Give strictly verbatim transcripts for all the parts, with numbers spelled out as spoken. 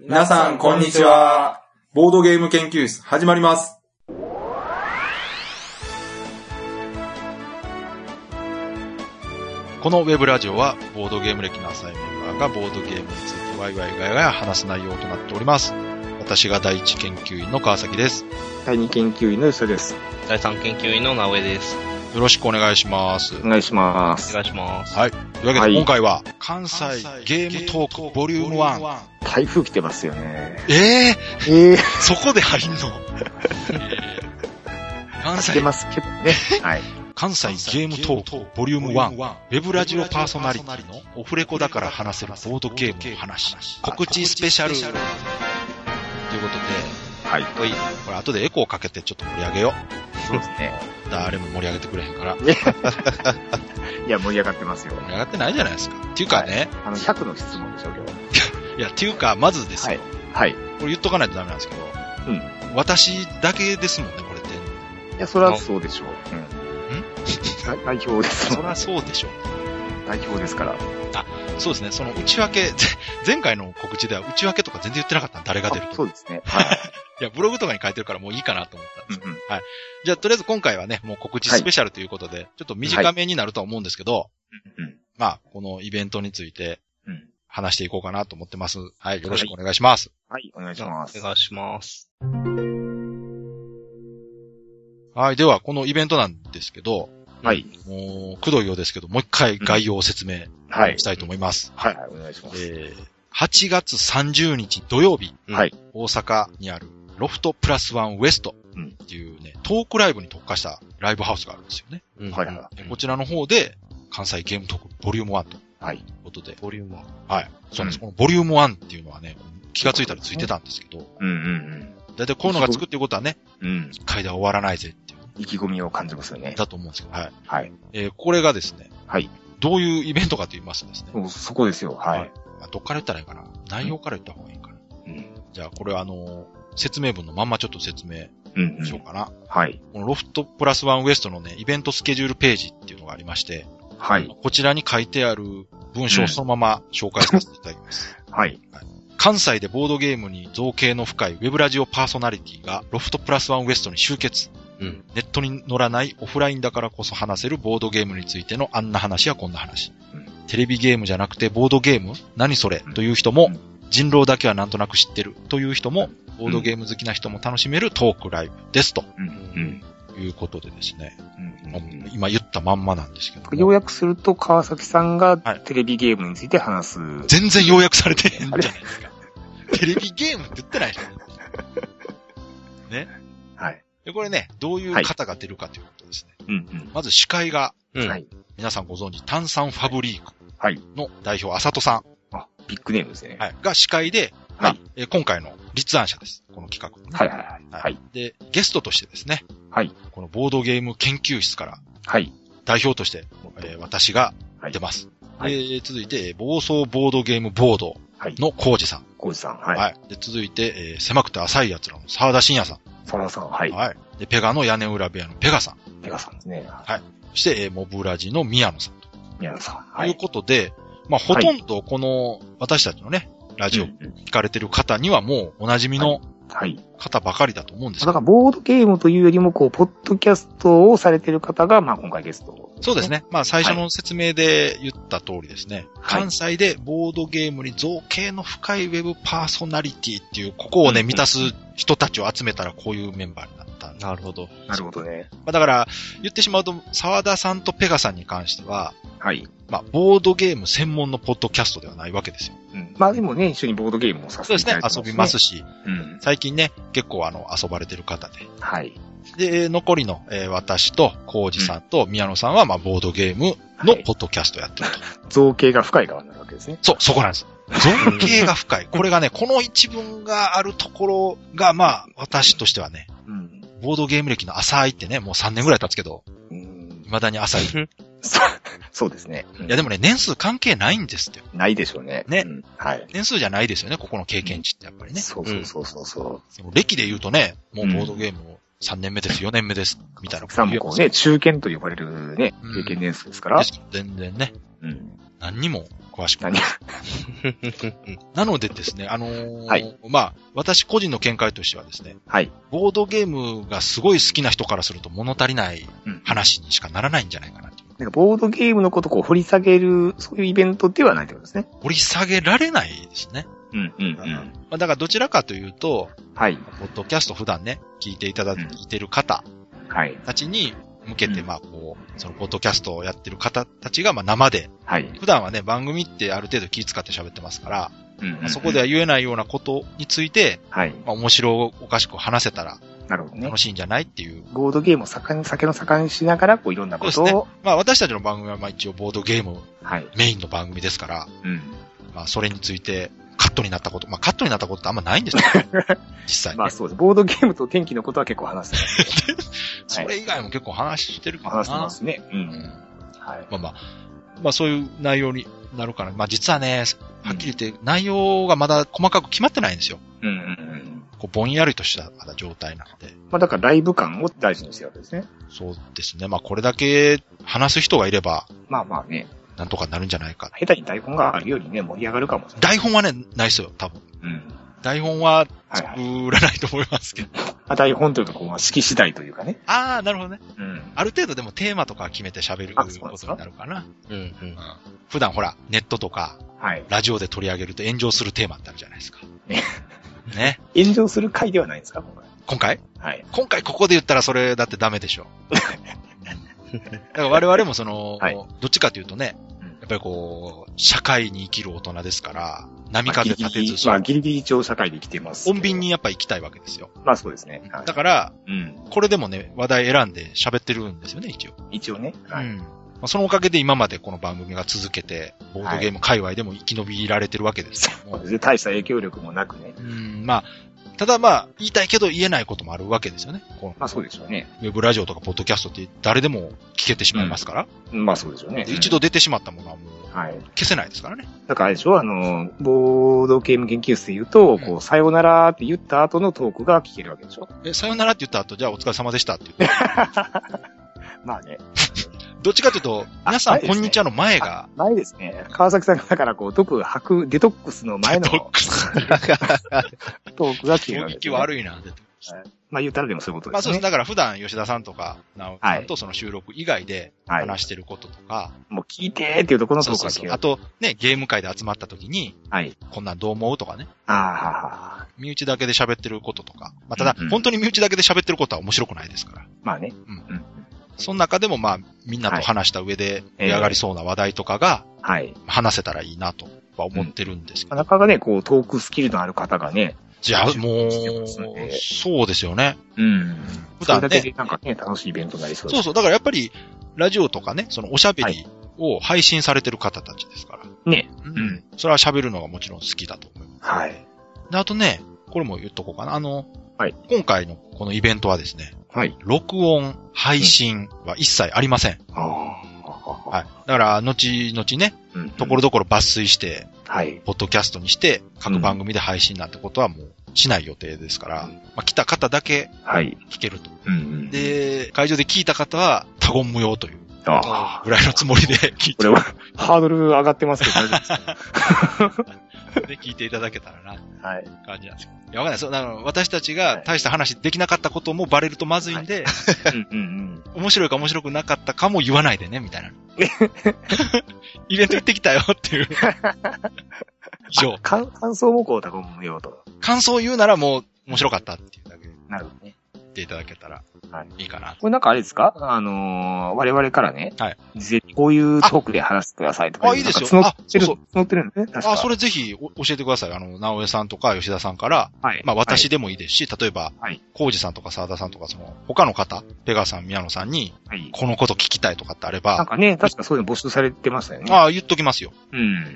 皆さん、こんにちは。ボードゲーム研究室、始まります。 このウェブラジオは、ボードゲーム歴の浅いメンバーがボードゲームについてワイワイガヤガヤ話す内容となっております。私が第一研究員の川崎です。 第二研究員の吉田です。 第三研究員の直江です。 よろしくお願いします。 お願いします。 お願いします。 はい。というわけで今回は、関西ゲームトークボリュームワン。 台風来てますよね。 ええー、えー、そこで入んの関西。来てますけどね。はい。 関西ゲームトークボリュームワン。ウェブラジオパーソナリティのオフレコだから話せるボードゲームの話。告知スペシャル。ということで、 はい。 これ後でエコーかけてちょっと盛り上げよう。 そうですね。 誰も盛り上げてくれへんから。 いや、盛り上がってますよ。 盛り上がってないじゃないですか。っていうかね。はい、 あの、ひゃくの質問でしょ、今日。 いや、っていうか、まずですよ。 はい。はい。 これ言っとかないとダメなんですけど。 うん。 私だけですもんね、これって。 いや、そりゃそうでしょう。うん。ん代表です。 そりゃそうでしょう。 代表ですから。 あ、そうですね。その内訳、前回の告知では内訳とか全然言ってなかったの、誰が出ると。 そうですね。はい。 いや、ブログとかに書いてるからもういいかなと思ったんですけど、 うんうん。 はい。じゃあ、とりあえず今回はね、もう告知スペシャルということで、はい、ちょっと短めになるとは思うんですけど、 うんうん、 まあ、このイベントについて、話していこうかなと思ってます。はい。よろしくお願いします。 はい、はい、お願いします。 お願いします。 はい。では、このイベントなんですけど、 はい。 もう、くどいようですけど、もう一回概要を説明したいと思います。 はい、はい、はい、お願いします。 えー、はちがつさんじゅうにち土曜日、 はい、 大阪にあるロフトプラスワンウエストっていうね、トークライブに特化したライブハウスがあるんですよね。 うん、はい、はい。 こちらの方で、関西ゲームトークボリュームワンと。 はい。 いうことで。 ボリュームワン。 はい。そうなんです。うん、このボリュームワンっていうのはね、気がついたらついてたんですけど。 うんうんうん。 だいたいこういうのがつくっていうことはね、 うん。 一回では終わらないぜっていう。 意気込みを感じますよね。 だと思うんですけど、はい。 はい。 えー、これがですね、 はい。 どういうイベントかと言いますとですね。 そこですよ、はい。はい、 まあ、どっから言ったらいいかな。内容から言った方がいいかな。 うん。 じゃあ、これはあのー、説明文のまんまちょっと説明しようかな。 うんうん、はい。 このロフトプラスワンウエストのね、イベントスケジュールページっていうのがありまして、 はい。 こちらに書いてある文章をそのまま紹介させていただきます。 はい。 はい、関西でボードゲームに造形の深いウェブラジオパーソナリティがロフトプラスワンウエストに集結。うん、ネットに載らないオフラインだからこそ話せるボードゲームについてのあんな話やこんな話。うん、テレビゲームじゃなくてボードゲーム何それという人も、うん、人狼だけはなんとなく知ってるという人も、ボードゲーム好きな人も楽しめるトークライブですと。うんうん、いうことでですね、うんうん、今言ったまんまなんですけど。 要約すると川崎さんがテレビゲームについて話す。はい、 全然要約されてへんじゃないですか。テレビゲームって言ってないでしょ。ね。 はい。 で、これね、どういう方が出るかということですね。 はい、うんうん、 まず司会が、 うん、 皆さんご存知、炭酸ファブリークの代表、あさとさん。 あ、ビッグネームですね。 はい。が司会で、はい。えー、今回の立案者です。この企画、ね。 はいはいはい。はい。 で、ゲストとしてですね。 はい。 このボードゲーム研究室から。 はい。 代表として、えー、私が出ます。 はい。 えー、続いて、暴走ボードゲームボードのコウジさん。 コウジさん。はい。 はい。で、続いて、えー、狭くて浅い奴らの沢田信也さん。 沢田さん。はい。 はい。で、ペガの屋根裏部屋のペガさん。 ペガさんですね。 はい。そして、えー、モブラジの宮野さんと。 宮野さん。 はい。ということで、まあ、ほとんどこの、私たちのね、ラジオ聞かれてる方にはもうお馴染みの方ばかりだと思うんですけど、 だからボードゲームというよりもこうポッドキャストをされてる方がまあ今回ゲスト、ね、 そうですね。まあ最初の説明で言った通りですね。はい、関西でボードゲームに造形の深いウェブパーソナリティっていうここをね、うん、満たす人たちを集めたらこういうメンバーになった。 なるほど。 なるほどね。 まあだから言ってしまうと沢田さんとペガさんに関しては、 はい。 まあ、ボードゲーム専門のポッドキャストではないわけですよ。 うん。まあでもね、一緒にボードゲームもさせていただいてますね。 そうですね、遊びますし、 うん、 最近ね、結構あの、遊ばれてる方で。 はい。 で、残りの、えー、私と、コウジさんと宮野さんは、まあ、ボードゲームのポッドキャストやってると。はい、 造形が深い側になるわけですね。 そう、そこなんです。造形が深い。これがね、この一文があるところが、まあ、私としてはね、うん、ボードゲーム歴の浅いってね、もうさんねんぐらい経つけど、うん、未だに浅い。 そうですね。 いやでもね、年数関係ないんですって。 ないでしょうね。 ね、 うん。はい。 年数じゃないですよね、ここの経験値ってやっぱりね。 そうそうそうそうそう、 うん。歴で言うとね、もうボードゲームをさんねんめです、よねんめです、みたいな。 さんもこうね、中堅と呼ばれるね、経験年数ですから。 全然ね。 うん。 何にも詳しく。 何なのでですね、あのーはい、 まあ、私個人の見解としてはですね、 はい。 ボードゲームがすごい好きな人からすると物足りない話にしかならないんじゃないかなっていう。 なんかボードゲームのことをこう掘り下げる、そういうイベントではないってことですね。 掘り下げられないですね。 うんうんうん。 まあ、だからどちらかというと、 はい。 ポッドキャスト普段ね、聞いていただいてる方はい。 たちに向けて、まあこう、そのポッドキャストをやってる方たちがまあ生で、 はい。 普段はね、番組ってある程度気使って喋ってますから、 うんうんうんまあ、そこでは言えないようなことについて、 はい。 まあ面白おかしく話せたらなるほどね。 楽しいんじゃないっていう。 ボードゲームを盛ん、酒の盛んにしながら、こういろんなことを。 そうですね。まあ私たちの番組はまあ一応ボードゲームはい。 メインの番組ですから、 うん。 まあそれについてカットになったこと、まあカットになったことってあんまないんですよ。実際、ね。 まあそうです。ボードゲームと天気のことは結構話してます、 それ以外も結構話してるけどな。 話してますね。うん。 うん、 はい。 まあまあ、まあそういう内容になるかな。まあ実はね、はっきり言って内容がまだ細かく決まってないんですよ。 うんうんうん。 こうぼんやりとしたまだ状態なので。 まあだからライブ感を大事にしてるわけですね。 そうですね。まあこれだけ話す人がいれば。 まあまあね。 なんとかなるんじゃないか。 下手に台本があるよりね、盛り上がるかもしれない。 台本はね、ないですよ、多分。 うん。 台本は作らないと思いますけど。 はいはい、台本というとこう、式次第というかね。 ああ、なるほどね。 うん。 ある程度でもテーマとか決めて喋ることになるかな。うん、うん。普段ほら、ネットとか、はい、ラジオで取り上げると炎上するテーマってあるじゃないですか。ね。ね。 炎上する回ではないんですか、今回。 今回はい。 今回ここで言ったらそれだってダメでしょ。だから我々もその、はい、どっちかというとね、やっぱりこう、社会に生きる大人ですから、波風立てず、 まあギリギリ上社会で生きてます。 穏便にやっぱ生きたいわけですよ。 まあそうですね。 はい、だから、うん、これでもね、話題選んで喋ってるんですよね、一応。 一応ね。はい。うん、 まあ、そのおかげで今までこの番組が続けて、ボードゲーム界隈でも生き延びられてるわけですけども。 はい、大した影響力もなくね。 うん、まあ、ただまあ、言いたいけど言えないこともあるわけですよね。 まあそうでしょうね。 ウェブラジオとかポッドキャストって誰でも聞けてしまいますから。 うん、まあそうでしょうね。 一度出てしまったものはもう、消せないですからね。 だからあれでしょ、あの、ボードゲーム研究室で言うと、うん、こう、さよならって言った後のトークが聞けるわけでしょ。 え、さよならって言った後、じゃあお疲れ様でしたって言って。 まあね。 どっちかというと、皆さん、こんにちはの前が。 前ですね。川崎さんがだからこう、毒吐く、デトックスの前の。デトックス。トークが聞けるわけです、ね。衝撃悪いな、デトックス。 まあ言ったらでもそういうことですね。 まあそうです。だから普段吉田さんとか、直樹さんとその収録以外で話してることとか。はい、 もう聞いてーっていうところのトークが聞ける。 そうそうそう。あと、ね、ゲーム会で集まった時に、はい。こんなんどう思うとかね。ああ、はは。身内だけで喋ってることとか。まあただ、うんうん、本当に身内だけで喋ってることは面白くないですから。 まあね。 うん。うん。その中でもまあ、みんなと話した上で盛り上がりそうな話題とかが、はい。話せたらいいなとは思ってるんですけど。 なかなかね、こう、トークスキルのある方がね。 じゃあ、もう、そうですよね。 うん。普段ね。それだけでなんかね、楽しいイベントになりそうです。 そうそう。だからやっぱり、ラジオとかね、そのおしゃべりを配信されてる方たちですから。 ね。 うん。それは喋るのがもちろん好きだと思います。はい。で、あとね、これも言っとこうかな。あの、はい。今回のこのイベントはですね。はい。録音、配信は一切ありません。ああ。はい。だから、後々ね、ところどころ抜粋して、はい。ポッドキャストにして、各番組で配信なんてことはもうしない予定ですから、まあ、来た方だけ、はい。聞けると。うん。で、会場で聞いた方は、他言無用という。ああ。ぐらいのつもりで聞いて。 これは、ハードル上がってますけど大丈夫ですかで、聞いていただけたらな、はい。感じなんですけど。いや、わかんない。そう、あの、私たちが大した話できなかったこともバレるとまずいんで、はい、うんうんうん、面白いか面白くなかったかも言わないでね、みたいな。イベント行ってきたよっていう。以上。 感想もこう、たごむようと。 感想を言うならもう面白かったっていうだけで。 なるほどね。 言っていただけたら。はい。いいかな。 これなんかあれですかあのー、我々からね。はい。ぜひこういうトークで話してくださいとか。 あ、いいですよ。 あ、そうそう。募ってるんですね。 あ、それぜひ教えてください。あの、直江さんとか吉田さんから。はい。まあ私でもいいですし、例えば、はい。コウジさんとか沢田さんとか、その、他の方、ペガさん、宮野さんに、はい。このこと聞きたいとかってあれば。 なんかね、確かそういうの募集されてましたよね。 ああ、言っときますよ。うん。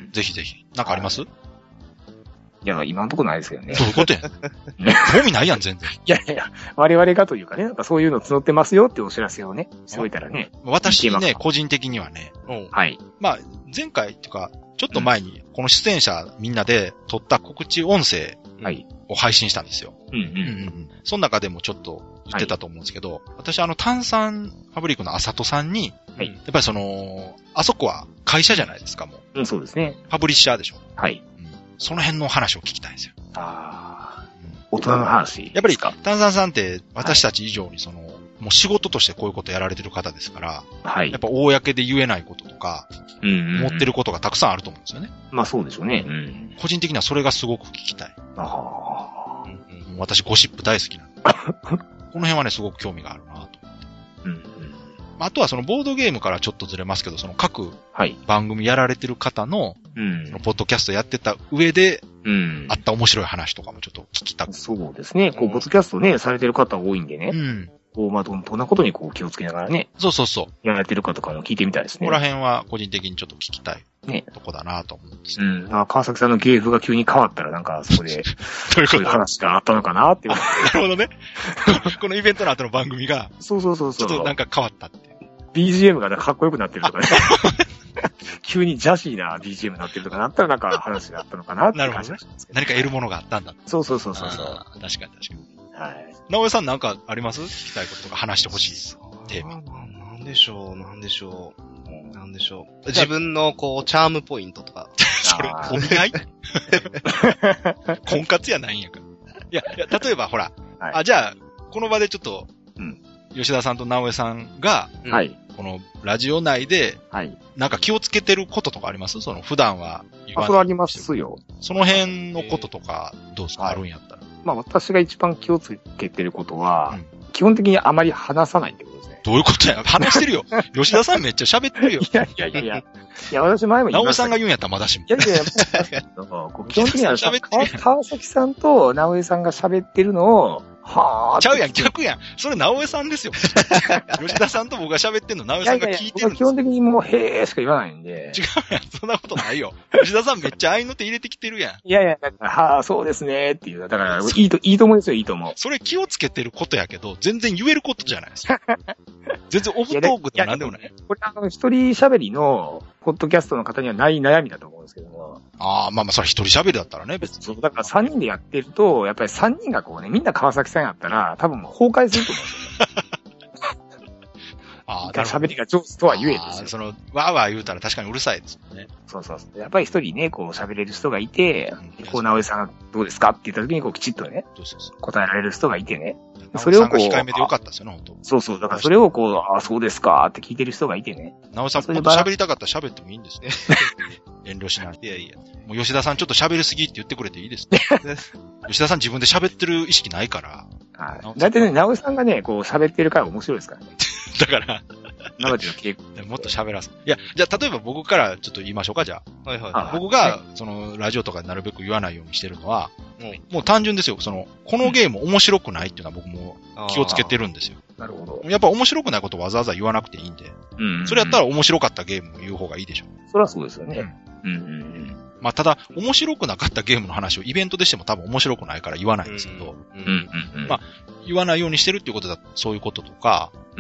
ぜひぜひ。なんかあります、はいいや、今のところないですけどね。 そういうことやん。興味ないやん、全然。 いやいや、我々がというかね、なんかそういうの募ってますよってお知らせをね、しておいたらね。 私ね、個人的にはね。はい。まあ、前回っていうか、ちょっと前に、この出演者みんなで撮った告知音声を配信したんですよ。うんうん。うんうん。その中でもちょっと言ってたと思うんですけど、はい、私あの炭酸ファブリックのあさとさんに、はい、やっぱりその、あそこは会社じゃないですか、もう。 うん、そうですね。 パブリッシャーでしょ。 はい。 うん。その辺の話を聞きたいんですよ。 ああ、うん。大人の話。 やっぱり、炭酸さんって私たち以上にその、はい、もう仕事としてこういうことやられてる方ですから、はい。やっぱ公で言えないこととか、うんうんうん、思ってることがたくさんあると思うんですよね。 まあそうでしょうね。うん。個人的にはそれがすごく聞きたい。ああ、うんうん。私ゴシップ大好きなんで。この辺はね、すごく興味があるなと思って。うんうん。あとはそのボードゲームからちょっとずれますけど、その各番組やられてる方の、うん、そのポッドキャストやってた上で、うん、あった面白い話とかもちょっと聞きたくて。 そうですね。こう、ポッドキャストね、されてる方多いんでね。うん。こう、まあ、どんなことにこう気をつけながらね。 そうそうそう。 やられてるかとかも聞いてみたいですね。 ここら辺は個人的にちょっと聞きたい。ね。とこだなと思うんですよ。うん。あ、川崎さんの芸風が急に変わったらなんかそこで、どういう話があったのかなっていう。 なるほどね。このイベントの後の番組が、 そうそうそうそう。 ちょっとなんか変わったっていう。 ビージーエム がかっこよくなってるとかね。急にジャシーな ビージーエム になってるとかなったらなんか話があったのかなって感じがしますけど。 何か得るものがあったんだ。 そうそうそうそう。確かに確かに。 はい。 直江さんなんかあります？聞きたいこととか話してほしいテーマ。 なんでしょう、なんでしょう。なんでしょう。自分のこう、チャームポイントとか。 それ、お見合い婚活やないんやから。いや、いや、例えばほら、はい、あ、じゃあ、この場でちょっと、うん、吉田さんと直江さんが、はい。このラジオ内で、はい。なんか気をつけてることとかあります？その普段は言わない。あ、それありますよ。 その辺のこととか、どうですか、はい、あるんやったら。 まあ私が一番気をつけてることは、うん、基本的にあまり話さないってことですね。 どういうことや話してるよ。吉田さんめっちゃ喋ってるよ。 いやいやいやいや。いや、私前も言いました。 直江さんが言うんやったらまだしも。 いやいやいや、基本的には川崎さんと直江さんが喋ってるのを、はぁ。 ちゃうやん、逆やん。それ、直江さんですよ。吉田さんと僕が喋ってんの、直江さんが聞いてるんですよ。 基本的にもう、へーしか言わないんで。 違うやん、そんなことないよ。吉田さんめっちゃ愛の手入れてきてるやん。 いやいや、はぁ、そうですねっていう。だから、いいと、いいと思うんですよ、いいと思う。 それ気をつけてることやけど、全然言えることじゃないですか。全然オフトークでもなんでもない。 これ、あの、一人喋りの、ポッドキャストの方にはない悩みだと思うんですけども。 ああ、まあまあ、それ一人喋りだったらね、別に。 そう、だから三人でやってると、やっぱり三人がこうね、みんな川崎さんやったら、多分もう崩壊すると思うんですよね。ああ、喋りが上手とは言えですよ。 その、わーわー言うたら確かにうるさいですもんね。 そうそうそう。やっぱり一人ね、こう喋れる人がいて、うん、こう、直江さんどうですかって言った時に、こう、きちっとね、そうそうそう答えられる人がいてね。 それをこう。控えめでよかったですよね、本当。 そうそう。だからそれをこう、ああ、そうですかって聞いてる人がいてね。 直江さん、もっと喋りたかったら喋ってもいいんですね。遠慮しない。いやいや。もう吉田さんちょっと喋りすぎって言ってくれていいですね。吉田さん自分で喋ってる意識ないから。 はい。だいたいね、直江さんがね、こう喋ってるから面白いですからね。 だから、 生地の稽古。 もっと喋らす。いや、じゃあ例えば僕からちょっと言いましょうか、じゃあ。はいはい、はい。僕が、はい、その、ラジオとかでなるべく言わないようにしてるのは、うん、もう単純ですよ。その、このゲーム面白くないっていうのは僕も気をつけてるんですよ。 なるほど。 やっぱ面白くないことをわざわざ言わなくていいんで。うん、うん。それやったら面白かったゲームを言う方がいいでしょ。 そりゃそうですよね。うん。うんうんうん。 まあ、ただ、面白くなかったゲームの話をイベントでしても多分面白くないから言わないんですけど。うんうんうんうん、まあ、言わないようにしてるっていうことだ、そういうこととか。うん。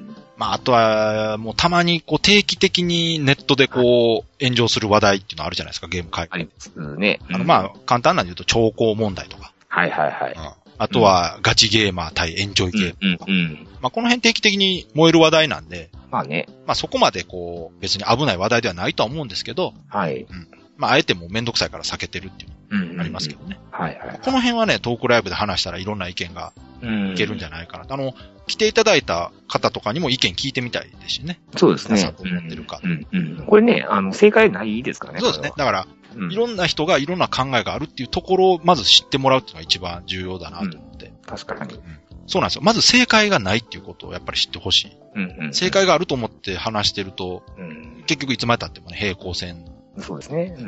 まあ、あとは、もうたまにこう定期的にネットでこう炎上する話題っていうのあるじゃないですか、ゲーム界。 ありますね。 あの、まあ、簡単なの言うと兆候問題とか。 はいはいはい。うん、 あとは、ガチゲーマー対エンジョイゲームとか。うんうんうん、まあ、この辺定期的に燃える話題なんで。 まあね。 まあ、そこまでこう、別に危ない話題ではないとは思うんですけど。はい。うん。まあ、あえてもうめんどくさいから避けてるっていうのありますけどね。うんうんうん、はいはい、はい。この辺はね、トークライブで話したらいろんな意見がいけるんじゃないかな。うん、あの、来ていただいた方とかにも意見聞いてみたいですしね。 そうですね。 皆さんどう思ってるか。 うんうんうん、これね、あの、正解ないですからね。 そうですね。だから、うん、いろんな人がいろんな考えがあるっていうところをまず知ってもらうっていうのが一番重要だなと思って。うん、 確かに、うん。 そうなんですよ。まず正解がないっていうことをやっぱり知ってほしい、うんうんうん。正解があると思って話してると、うん、結局いつまで経ってもね、平行線。 そうですね。うん、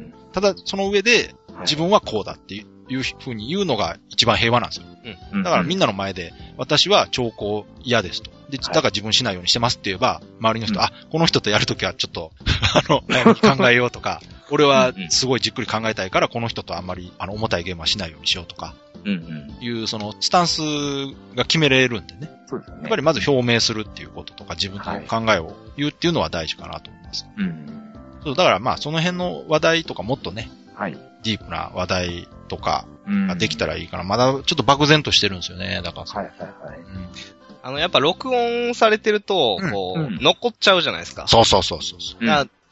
ただ、その上で、自分はこうだっていうふうに言うのが一番平和なんですよ。うん、だからみんなの前で、私は兆候嫌ですと。で、だから自分しないようにしてますって言えば、周りの人、うん、あ、この人とやるときはちょっと、あの、早めに考えようとか、俺はすごいじっくり考えたいから、この人とあんまり、あの、重たいゲームはしないようにしようとか、うんうん、いう、その、スタンスが決めれるんでね。そうですね。やっぱりまず表明するっていうこととか、自分の考えを言うっていうのは大事かなと思います。うん、そう、だからまあ、その辺の話題とかもっとね、はい、ディープな話題とかができたらいいかな。まだちょっと漠然としてるんですよね、だから。はいはいはい。うん、あの、やっぱ録音されてると、こう、うん、残っちゃうじゃないですか。 そうそうそうそう。 だから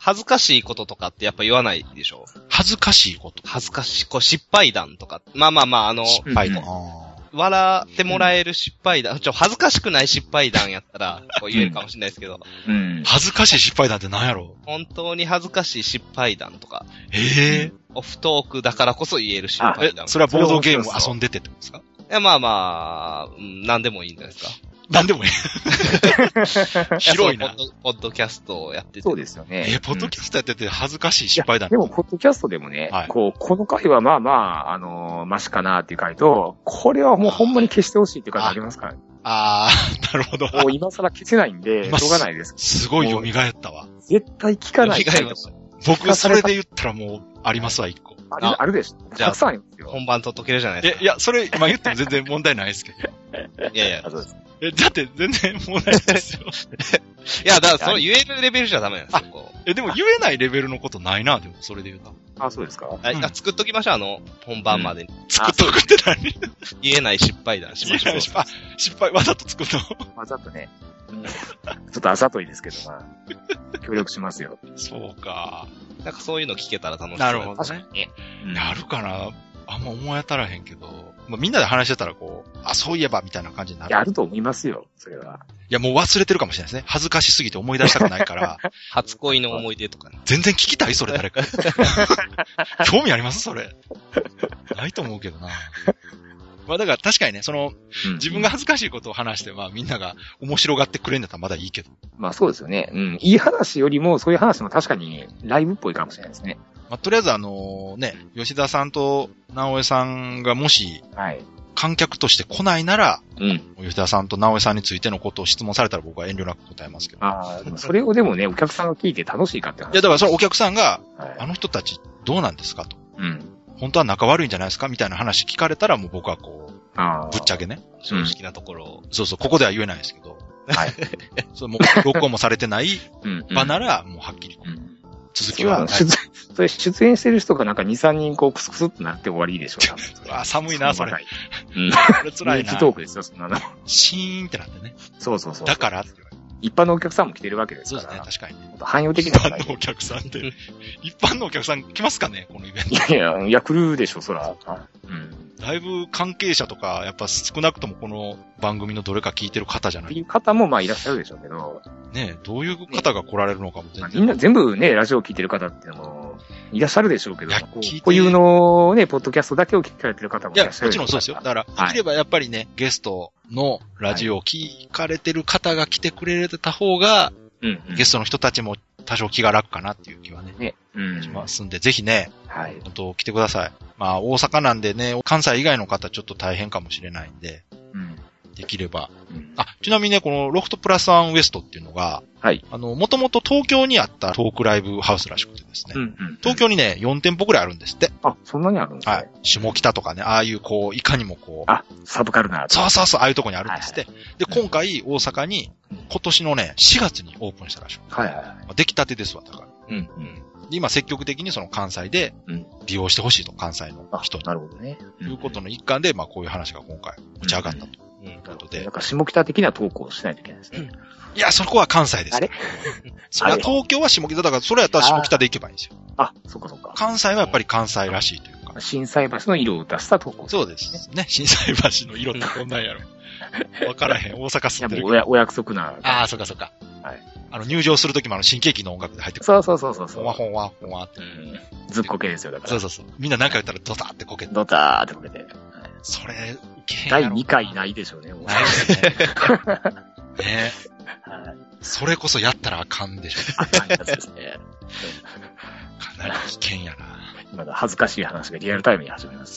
恥ずかしいこととかってやっぱ言わないでしょ？ 恥ずかしいこと。 恥ずかしい、こう失敗談とか。まあまあまあ、あの、 失敗談。 笑ってもらえる失敗談、ちょ、恥ずかしくない失敗談やったら、こう言えるかもしれないですけど。 うん。恥ずかしい失敗談って何やろ？ 本当に恥ずかしい失敗談とか。 ええー。 オフトークだからこそ言える失敗談。 え、それはボードゲーム遊んでてってことですか？ いや、まあまあ、うん、何でもいいんじゃないですか。 何でもいい。広いな。 ポッドキャストをやってて。 そうですよね。 え、ポッドキャストやってて恥ずかしい失敗談。 でも、ポッドキャストでもね、はい、こう、この回はまあまあ、あのー、マシかなっていう回と、これはもうほんまに消してほしいっていう回ありますからね。 ああ、なるほど。 もう今更消せないんで、しょうがないです。 すごい蘇ったわ。 絶対聞かない回とか。 僕、それで言ったらもう、ありますわ、一個。 ある、あるでしょ。 じゃあ、 たくさんありますよ。 本番と解けるじゃないですか。 え、いや、それ、今言っても全然問題ないですけど。 いやいや。 そうです。 え、だって全然問題ないですよ。 いや、だからそう言えるレベルじゃダメなんですよ、こう。 え、でも言えないレベルのことないな、でも、それで言うと。 あ、そうですか。 はい、うん、作っときましょう、あの、本番までに。 うん、作っとくって何？ 言えない失敗談しましょう。 失敗、失敗、わざと作るの？ わざとね。うん、ちょっとあざといですけど、まあ、協力しますよ。 そうか。 なんかそういうの聞けたら楽しい。 なるほどね。 ね。 うん、やるかな？あんま思い当たらへんけど、まあ、みんなで話してたらこう、あ、そういえばみたいな感じになる。 やると思いますよ、それは。 いや、もう忘れてるかもしれないですね。恥ずかしすぎて思い出したくないから。 初恋の思い出とかね。 全然聞きたいそれ誰か。興味ありますそれ。ないと思うけどな。まあだから確かにね、その、うん、自分が恥ずかしいことを話して、まあみんなが面白がってくれんだったらまだいいけど。 まあそうですよね。うん。いい話よりも、そういう話も確かにライブっぽいかもしれないですね。 まあとりあえずあのね、吉田さんと直江さんがもし、はい。観客として来ないなら、うん。吉田さんと直江さんについてのことを質問されたら僕は遠慮なく答えますけど。 ああ、でもそれをでもね、お客さんが聞いて楽しいかって話。 いやだからそのお客さんが、はい、あの人たちどうなんですかと。うん。本当は仲悪いんじゃないですかみたいな話聞かれたらもう僕はこう、あぶっちゃけね。 正直なところを、 うん。そうそう、ここでは言えないですけど。はい。そう、もう、録音もされてない場なら、もうはっきり、うん、続きはない。 それ出演してる人がなんかに、さんにんこうクスクスってなって終わりでしょう。 あ、寒いな、それ。 うん。 これ辛いな。 人気トークですよ、そんなの。 シーンってなってね。 そうそうそう。 だからって言われる。 一般のお客さんも来てるわけですから。 そうですね、確かにね。 汎用的な。 一般のお客さんって。一般のお客さん来ますかねこのイベント。 いやいや、いや来るでしょ、そら。うん。 だいぶ関係者とか、やっぱ少なくともこの番組のどれか聞いてる方じゃない。 いう方もまあいらっしゃるでしょうけど。 ねえ、どういう方が来られるのかも全然、 ね。みんな全部ね、ラジオを聞いてる方っていうのもいらっしゃるでしょうけど、こう固有のね、ポッドキャストだけを聞かれてる方もいらっしゃる。 いや、もちろんそうですよ。だから、できればやっぱりね、はい、ゲストのラジオを聞かれてる方が来てくれた方が、うんうん、ゲストの人たちも多少気が楽かなっていう気はね、ねうん、しますんで、ぜひね、はい、本当来てください。まあ、大阪なんでね、関西以外の方ちょっと大変かもしれないんで、うん、できれば、うん。あ、ちなみにね、このロフトプラスワンウエストっていうのが、はい。あの、もともと東京にあったトークライブハウスらしくてですね、うんうんうん、東京にね、よん店舗くらいあるんですって。 あ、そんなにあるんですか、ね、はい。 下北とかね、ああいうこう、いかにもこう、 あ、サブカルな。 そうそうそう、ああいうとこにあるんですって。はいはい、で、今回大阪に、今年のね、しがつにオープンしたらしくて。はいはいはい。出来たてですわ、だから。うんうん。今積極的にその関西で利用してほしいと、関西の人に。 なるほどね。 ということの一環で、まあこういう話が今回持ち上がったと。うん、いうことで。 なんか下北的なトークをしないといけないですね。 いや、そこは関西です。あれそれは東京は下北だから、それやったら下北で行けばいいんですよ。 あ、そっかそっか。 関西はやっぱり関西らしいというか。 心斎橋の色を出したトーク、 ね。そうですね。心斎橋の色ってこんなんやろ。わからへん。大阪住んでるけど。 いや、もうお約束な。 ああ、そっかそっか。はい。あの、入場するときもあの、新喜劇の音楽で入ってくる。 そうそうそうそう。 ほわほわほわって。うん。 ずっこけですよ、だから。 そうそうそう。みんな何か言ったらドターってこけて。 ドターってこけて。はい、 それ、いけだいにかいないでしょうね、もう。 ないですね。ねはい。それこそやったらあかんでしょ。 あかんやつですね。 かなり危険やな。 今の恥ずかしい話がリアルタイムに始まります。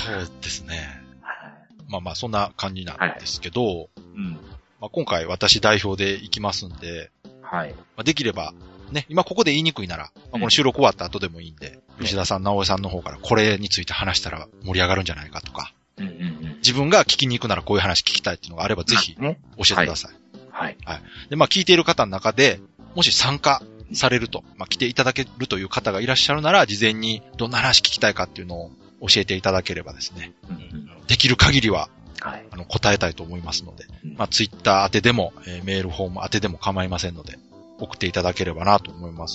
そうですね。まあまあ、そんな感じなんですけど、はいうんまあ、今回私代表で行きますんで、はいまあ、できれば、ね、今ここで言いにくいなら、まあ、この収録終わった後でもいいんで、うん、吉田さん、直江さんの方からこれについて話したら盛り上がるんじゃないかとか、うんうんうん、自分が聞きに行くならこういう話聞きたいっていうのがあればぜひ教えてください。はい。はい。で、まあ聞いている方の中で、もし参加されると、まあ来ていただけるという方がいらっしゃるなら、事前にどんな話聞きたいかっていうのを教えていただければですね、うんうん、できる限りは、はい、あの答えたいと思いますので、うん、まあツイッター宛てでも、えー、メールフォーム宛てでも構いませんので、送っていただければなと思います。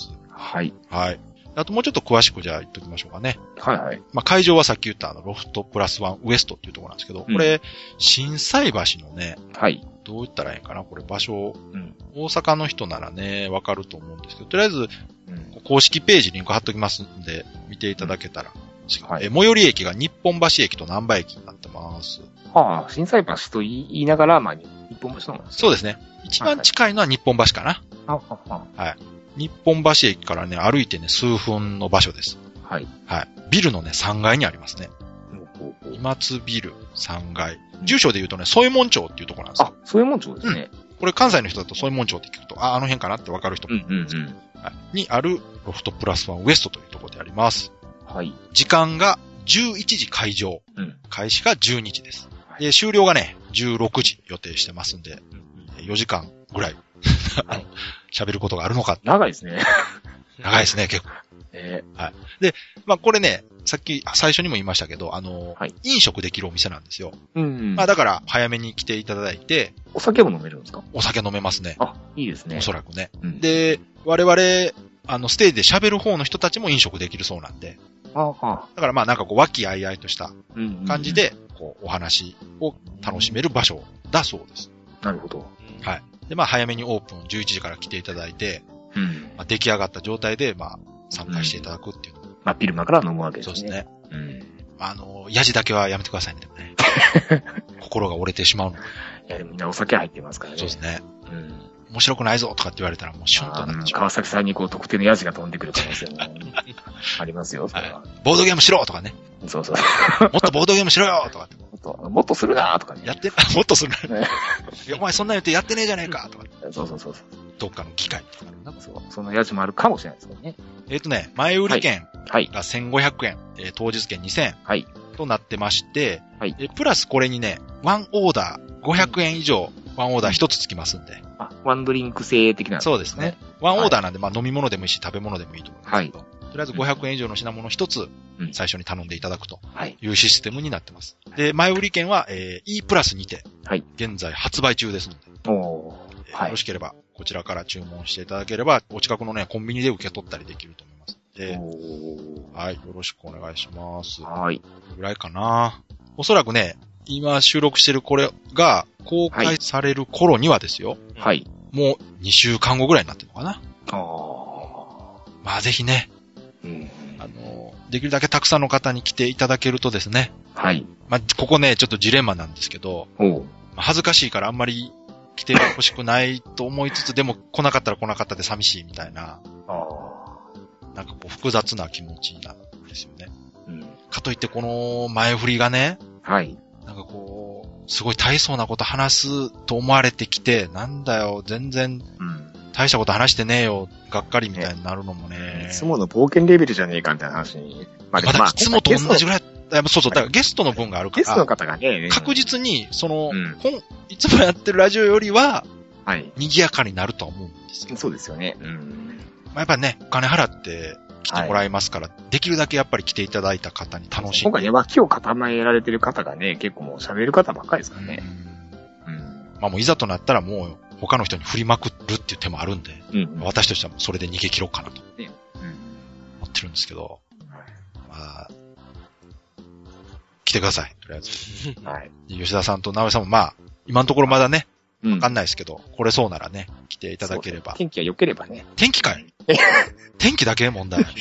はい。 はい。あともうちょっと詳しくじゃあ言っときましょうかね。 はいはい。 まあ会場はさっき言ったあのロフトプラスワンウエストっていうところなんですけど、これ、心斎橋のね、 はい。 どう言ったらいいかなこれ場所、 うん、 大阪の人ならね、わかると思うんですけど、とりあえず、うん、公式ページリンク貼っときますんで、見ていただけたら。うんはい、え最寄り駅が日本橋駅と難波駅になってます。 はあ、心斎橋と言いながら、まあ、日本橋なんです、 そうですね。一番近いのは日本橋かな。 はいはい、 はい。日本橋駅からね、歩いてね、数分の場所です。 はい。 はい。ビルのね、さんがいにありますね。今津ビルさんがい。住所で言うとね、添門町っていうところなんですよ。 あ、添門町ですね。 うん、これ関西の人だと添門町って聞くと、あ、あの辺かなってわかる人もいるんですけど、うんうんうんはい、にあるロフトプラスワンウエストというところであります。 はい。 時間がじゅういちじ開場。 うん、 開始がじゅうにじです。で、終了がね、じゅうろくじ予定してますんで、よじかんぐらい、あの、喋ることがあるのか。 長いですね。 長いですね、結構。 えー、 はい。で、まあこれね、さっき最初にも言いましたけど、あの、はい、飲食できるお店なんですよ。 うん、うん。 まあだから早めに来ていただいて。 お酒も飲めるんですか？ お酒飲めますね。 あ、いいですね。 おそらくね。 うん、 で、我々、あの、ステージで喋る方の人たちも飲食できるそうなんで。 ああだからまあなんかこう、和気あいあいとした感じで、こう、お話を楽しめる場所だそうです。 なるほど。 はい。で、まあ早めにオープンじゅういちじから来ていただいて、 うん。 まあ、出来上がった状態で、まあ、参加していただくっていう。うん、 まあ、ビルマから飲むわけですね。 そうですね。 うん。 あの、ヤジだけはやめてくださいね、でもね。心が折れてしまうの。いや、でもみんなお酒入ってますからね。 そうですね。 うん。 面白くないぞとかって言われたらもうシュンとなっちゃう。 川崎さんにこう特定のヤジが飛んでくる可能性もありますよ、それは、 はい。ボードゲームしろとかね。 そうそう。 もっとボードゲームしろよとかって。 もっと、もっとするなとかね。 やって、もっとするな。いや、お前そんな言ってやってねえじゃねえかとか。 そうそうそうそう。 どっかの機械とかね。そう。そのヤジもあるかもしれないですけどね。 えっ、ー、とね、前売り券はいがせんごひゃくえん、えー、当日券にせんえん。 はい。 となってまして、 はい。 えプラスこれにね、ワンオーダー、ごひゃくえん以上、ワンオーダー一つつきますんで。 あ、ワンドリンク制的な、ね。 そうですね。ワンオーダーなんで、まあ飲み物でもいいし、食べ物でもいいと思うんですけど。 はい。 とりあえずごひゃくえん以上の品物一つ、最初に頼んでいただくとはいいうシステムになってます。で、前売り券は、えー、E プラスにて、 はい。 現在発売中ですので。 おー。 えー、よろしければ、こちらから注文していただければ、お近くのね、コンビニで受け取ったりできると思いますで。はい。よろしくお願いします。 はい。 ぐらいかな。おそらくね、今収録してるこれが公開される頃にはですよ。 はい。 もうにしゅうかんごぐらいになってるのかな。 ああ。 まあぜひね。 うん。 あの、できるだけたくさんの方に来ていただけるとですね。 はい。 まあ、ここね、ちょっとジレンマなんですけど。 おう。 まあ、恥ずかしいからあんまり来てほしくないと思いつつ、でも来なかったら来なかったで寂しいみたいな。 ああ。 なんかこう複雑な気持ちなんですよね。 うん。 かといってこの前振りがね。 はい。 なんかこう、すごい大層なこと話すと思われてきて、なんだよ、全然、大したこと話してねえよ、がっかりみたいになるのもね。 ねいつもの冒険レベルじゃねえかみたいな話に。 まあ、まだいつもと同じぐらい、そうそう、だからゲストの分があるから。 ゲストの方がね、 確実に、その、 うん、 いつもやってるラジオよりは、 はい。 賑やかになると思うんですよ。 そうですよね。うん。 まあ、やっぱりね、お金払って、来てもらいますから、はい、できるだけやっぱり来ていただいた方に楽しんで。 今回ね、脇を固められてる方がね、結構もう喋る方ばっかりですからね。 うん。うん、まあもういざとなったらもう他の人に振りまくるっていう手もあるんで、 うん、 私としてはそれで逃げ切ろうかなと。 ね。うん。 思ってるんですけど、まあ、来てください、とりあえず。 はい。 吉田さんと直江さんもまあ、今のところまだね、 わ、 うん、かんないですけど、来れそうならね、来ていただければ。 天気が良ければね。 天気かい天気だけ問題。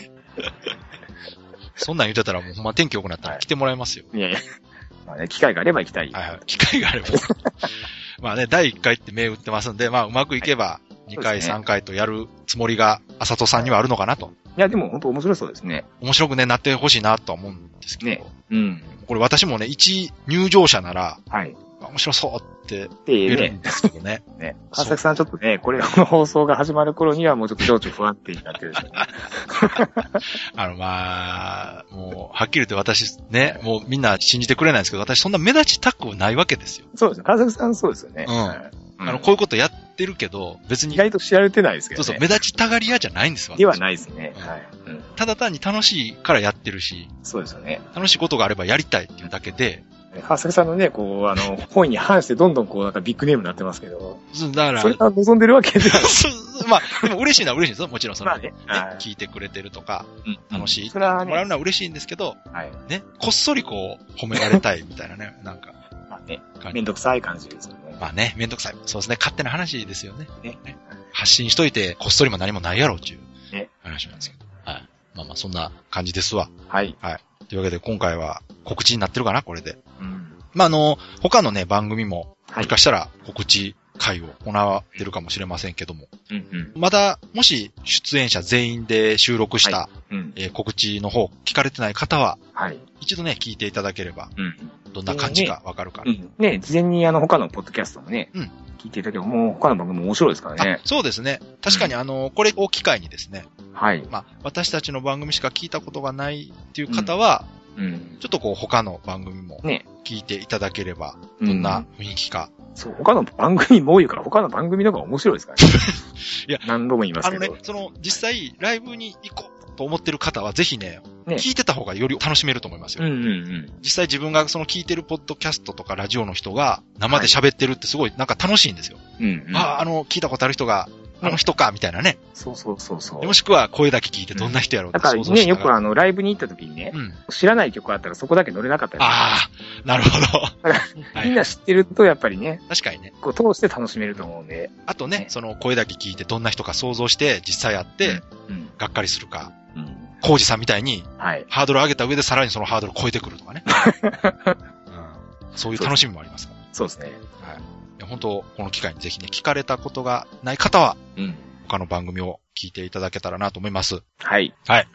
そんなん言ってたらもうほんま天気良くなったら来てもらいますよ。 はい、いやいや。まあね、機会があれば行きたい。 はいはい。機会があれば。まあね、だいいっかいって銘打ってますんで、まあうまくいけばにかい、はい、さんかいとやるつもりが、あさとさんにはあるのかなと。 いや、でも本当面白そうですね。 面白くね、なってほしいなとは思うんですけど。 ね。うん。 これ私もね、一入場者なら、 はい。 面白そうって言えるんですけどね。 ね。川崎さんちょっとね、これの放送が始まる頃にはもうちょっと情緒不安定になってるでしょうね。 あの、まあ、もう、はっきり言って私ね、もうみんな信じてくれないんですけど、私そんな目立ちたくないわけですよ。 そうですね。川崎さんそうですよね。 うん。うん、あの、こういうことやってるけど、別に。 意外と知られてないですけどね。 そうそう、目立ちたがり屋じゃないんですよ。 ではないですね。 うん、はい、うん。ただ単に楽しいからやってるし。 そうですよね。 楽しいことがあればやりたいっていうだけで、 川崎さんのね、こう、あの、本に反してどんどんこう、なんかビッグネームになってますけど。 だから。 それが望んでるわけではまあ、でも嬉しいのは嬉しいですよ。もちろんその、 まあねね、聞いてくれてるとか、 うん、 楽しい。 それはね、 もらうのは嬉しいんですけど、 はい。 ね、こっそりこう、褒められたいみたいなね、なんか。 まあね、めんどくさい感じですよね。 まあね、めんどくさい。そうですね、勝手な話ですよね。 ね。 ね発信しといて、こっそりも何もないやろっていうね話なんですけど。はい。まあまあ、そんな感じですわ。 はい。 はい。というわけで、今回は告知になってるかな、これで。 うん。 まあ、あの、他のね、番組も、 はいもしかしたら告知会を行ってるかもしれませんけども、 うんうん。 まだ、もし出演者全員で収録した、 はうん。 えー告知の方聞かれてない方は、 はい。 一度ね、聞いていただければ、 うん。 どんな感じかわかるかな。 うん。ね、事前にあの他のポッドキャストもね、 うん聞いていただけど、もう他の番組も面白いですからねあ。そうですね。確かにあの、これを機会にですね、 はい。 まあ、私たちの番組しか聞いたことがないっていう方は、 うん。 ちょっとこう他の番組もね。 聞いていただければ、 うんどんな雰囲気か。 そう、他の番組も多いから、他の番組の方が面白いですからね。 いや何度も言いますあのけど。 ね、その、実際、ライブに行こうと思ってる方は、ぜひね、 ね聞いてた方がより楽しめると思いますよ。 うんうんうん。 実際自分がその聞いてるポッドキャストとかラジオの人が生で喋ってるってすごいなんか楽しいんですよ。 うんうん。 ああ、あの、聞いたことある人が、あの人か、みたいなね。 そうそうそうそう。 もしくは声だけ聞いてどんな人やろうってだからね、 想像しながら。 よくあの、ライブに行った時にね、 うん。 知らない曲あったらそこだけ乗れなかったりとかああ、なるほど。 みんな知ってるとやっぱりね、 確かにね。 こう通して楽しめると思うんで。 あとね、 ねその声だけ聞いてどんな人か想像して実際やって、 うん。 がっかりするか、 うん。 コウジさんみたいにはい。 ハードル上げた上でさらにそのハードルを超えてくるとかね。うん、そういう楽しみもありますから。 そうですね。 はい。いや本当、この機会にぜひね、聞かれたことがない方は、 うん。 他の番組を聞いていただけたらなと思います。 はい。 はい。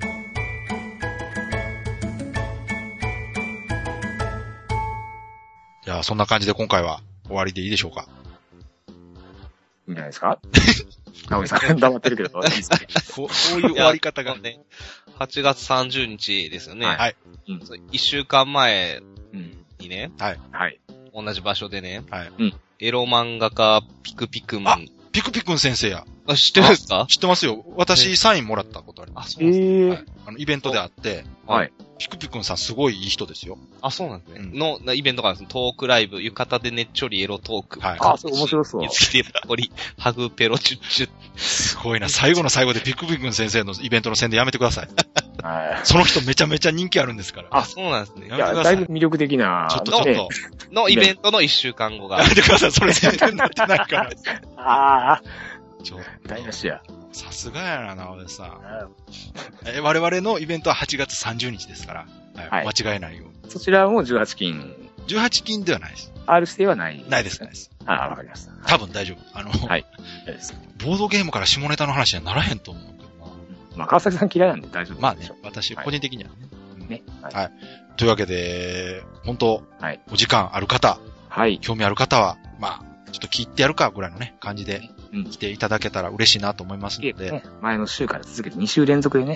じゃあ、そんな感じで今回は終わりでいいでしょうか。 いいんじゃないですか直美さん黙ってるけど、いいですね。 こう、こういう終わり方が。 ね。はちがつさんじゅうにちですよね。 はいはい。 うん。 そういっしゅうかんまえうん。 にね、 はい。 はい。 同じ場所でね、 はい。 エロ漫画家ピクピクマン。 ピクピクン先生や。 あ、知ってるんですか？ 知ってますよ。私、サインもらったことありまあ、 す。 そうなんですね。 ええはい。あの、イベントであって、 はい。 ピクピクンさんすごいいい人ですよ。 あ、そうなんですね。 うんの、なイベントがあるんです。トークライブ、浴衣でねっちょりエロトーク。 はいあ、そう、面白そう。 見つけてポリ、ハグペロチュッチュ。 すごいな。最後の最後でピクピクン先生のイベントの宣伝やめてください。 はその人めちゃめちゃ人気あるんですから。 あ、そうなんですねい。いや、 やめてくださいだいぶ魅力的な。 ちょっとちょっねと。 のイベントのいっしゅうかんごがや。めてください。それ宣伝になってないから。 ああ、 ちょっ台無しや。 とさすがやな、直江さん。え我々のイベントははちがつさんじゅうにちですから。はい。 はい間違えないように。 そちらもじゅうはち金。 じゅうはち金ではないです。 R 指定はない。 ないです、ないです。 ああ、わかりました。 多分大丈夫。あの、 はい。大丈夫です。 ボードゲームから下ネタの話にはならへんと思うけどな。 まあ、川崎さん嫌いなんで大丈夫まあねでしょ、 私、 はい個人的にはね。うんね。はい。 はいというわけで、本当、 はいお時間ある方、 はい。 興味ある方は、まあ、ちょっと聞いてやるかぐらいのね、感じでうん来ていただけたら嬉しいなと思いますので、 ね、前の週から続けてに週連続でね。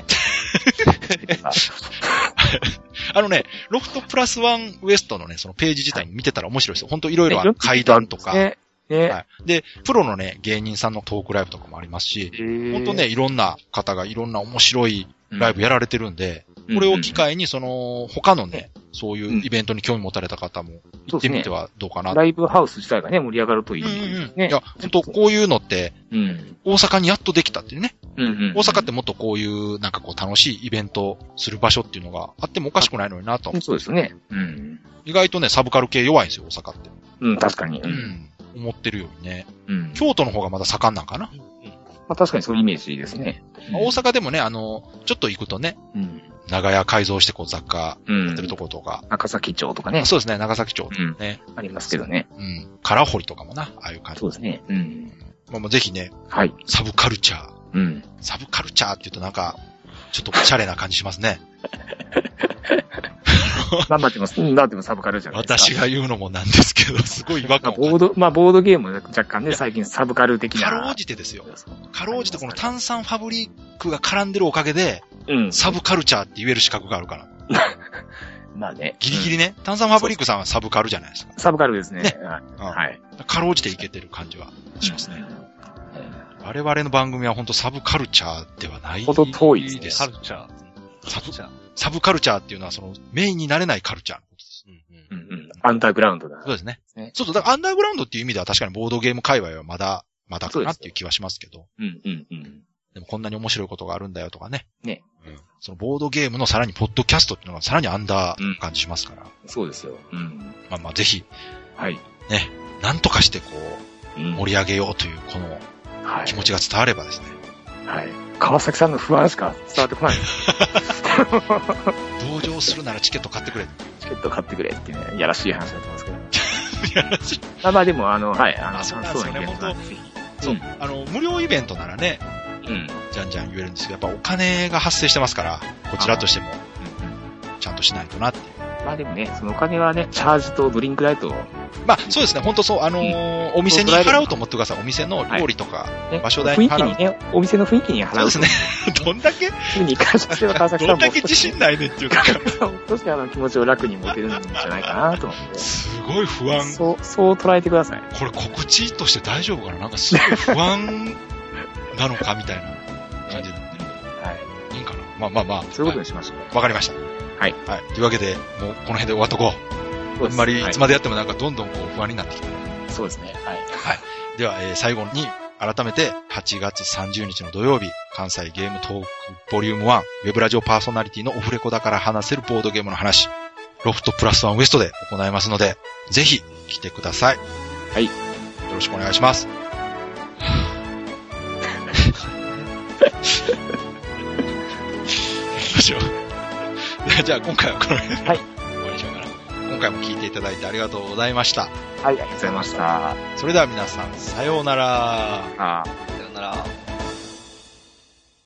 あのね、ロフトプラスワンウエストのね、そのページ自体に見てたら面白いですよ。本当いろいろある階段とか、 ね。ね。 はい。で、プロのね、芸人さんのトークライブとかもありますし、本当ね、いろんな方がいろんな面白いライブやられてるんで、これを機会にその、他のね、そういうイベントに興味持たれた方も行ってみてはどうかな。 ライブハウス自体がね、盛り上がるといいうんうんうん。 ね。 いや、本当こういうのって、 うん。 大阪にやっとできたっていうね。 うんうん。 大阪ってもっとこういう、なんかこう楽しいイベントする場所っていうのがあってもおかしくないのになと。 そうですね。うん。 意外とね、サブカル系弱いんですよ、大阪って。 うん、確かに。 ううん。 ん。思ってるよりね。 うん。 京都の方がまだ盛んなんかな。 まあ確かにそういうイメージですね。 まあ大阪でもね、あの、ちょっと行くとね、 うん。 長屋改造してこう雑貨うん。 やってるところとか。 赤崎町とかね。 そうですね、長崎町うん。 ね。 ありますけどね。 うん。空堀とかもな、ああいう感じ。 そうですね。うん。 まあまあぜひね、 はい。 サブカルチャー。 うん。 サブカルチャーって言うとなんか、ちょっとおしゃれな感じしますね。 頑張ってます。うん、だってもサブカルじゃないですか。 私が言うのもなんですけど、すごい違和まあ、 感を感じボード、まあ、ボードゲーム若干ね、最近サブカル的な。 かろうじてですよ。かろうじてこの炭酸ファブリックが絡んでるおかげで、 うん。 サブカルチャーって言える資格があるから。 まあね。 ギリギリね。炭酸ファブリックさんはサブカルじゃないですか。 サブカルですね。 ねはいうんはい。 かろうじていけてる感じはしますね。 うん我々の番組は本当サブカルチャーではないほど遠いですねですカルチャー。 サブチャー。 サブカルチャーっていうのはそのメインになれないカルチャーのことです。 うんうん。 うんうん。アンダーグラウンドだ。 そうですね。 ねそうそう。だからアンダーグラウンドっていう意味では確かにボードゲーム界隈はまだまだかなっていう気はしますけど。 うんうんうん。 でもこんなに面白いことがあるんだよとかね。 ね。 うん。そのボードゲームのさらにポッドキャストっていうのがさらにアンダー感じしますから。 うん、そうですよ。うん。 まあまあぜひ。 はい。 ね。なんとかしてこう、盛り上げようというこの気持ちが伝わればですね。 はい。川崎さんの不安しか伝わってこない。 同情するならチケット買ってくれ。 チケット買ってくれってね、やらしい話になってますけど。 やらしい。 まあまあでも、あの、はい。あの、 そうなんですよね、本当そう、うん、あの、無料イベントならね、うん。じゃんじゃん言えるんですけど、やっぱお金が発生してますから、こちらとしても、うん、ちゃんとしないとなっていう。 まあでもね、そのお金はね、チャージとドリンク代と。 まあそうですね、本当そう、あのーうん、お店に払うと思ってください。お店の料理とか、はい、場所代に払う。 雰囲気にね、お店の雰囲気に払う。 そうですね。どんだけふうに感謝しては川崎さんも。 どんだけ自信ないねっていうか。 少しあの気持ちを楽に持てるんじゃないかなと思って。 すごい不安。 そう、そう捉えてください。 これ告知として大丈夫かななんかすごい不安なのかみたいな感じになってる。はい。いいんかなまあまあまあ。 そういうことにしましょう。 わかりました。はい。はい。というわけで、もうこの辺で終わっとこう。あんまりいつまでやってもなんかどんどんこう不安になってきて。 そうですね。はい。 はい。では、えー、最後に改めてはちがつさんじゅうにちの土曜日、関西ゲームトークボリュームワン、ウェブラジオパーソナリティのオフレコだから話せるボードゲームの話、ロフトプラスワンウエストで行いますので、ぜひ来てください。 はい。よろしくお願いします。どうしよう。じゃあ今回はこの辺で。はい。今回も聞いていただいてありがとうございました。 はい、ありがとうございました。 それでは皆さん、さようなら。 ああ、 さようなら。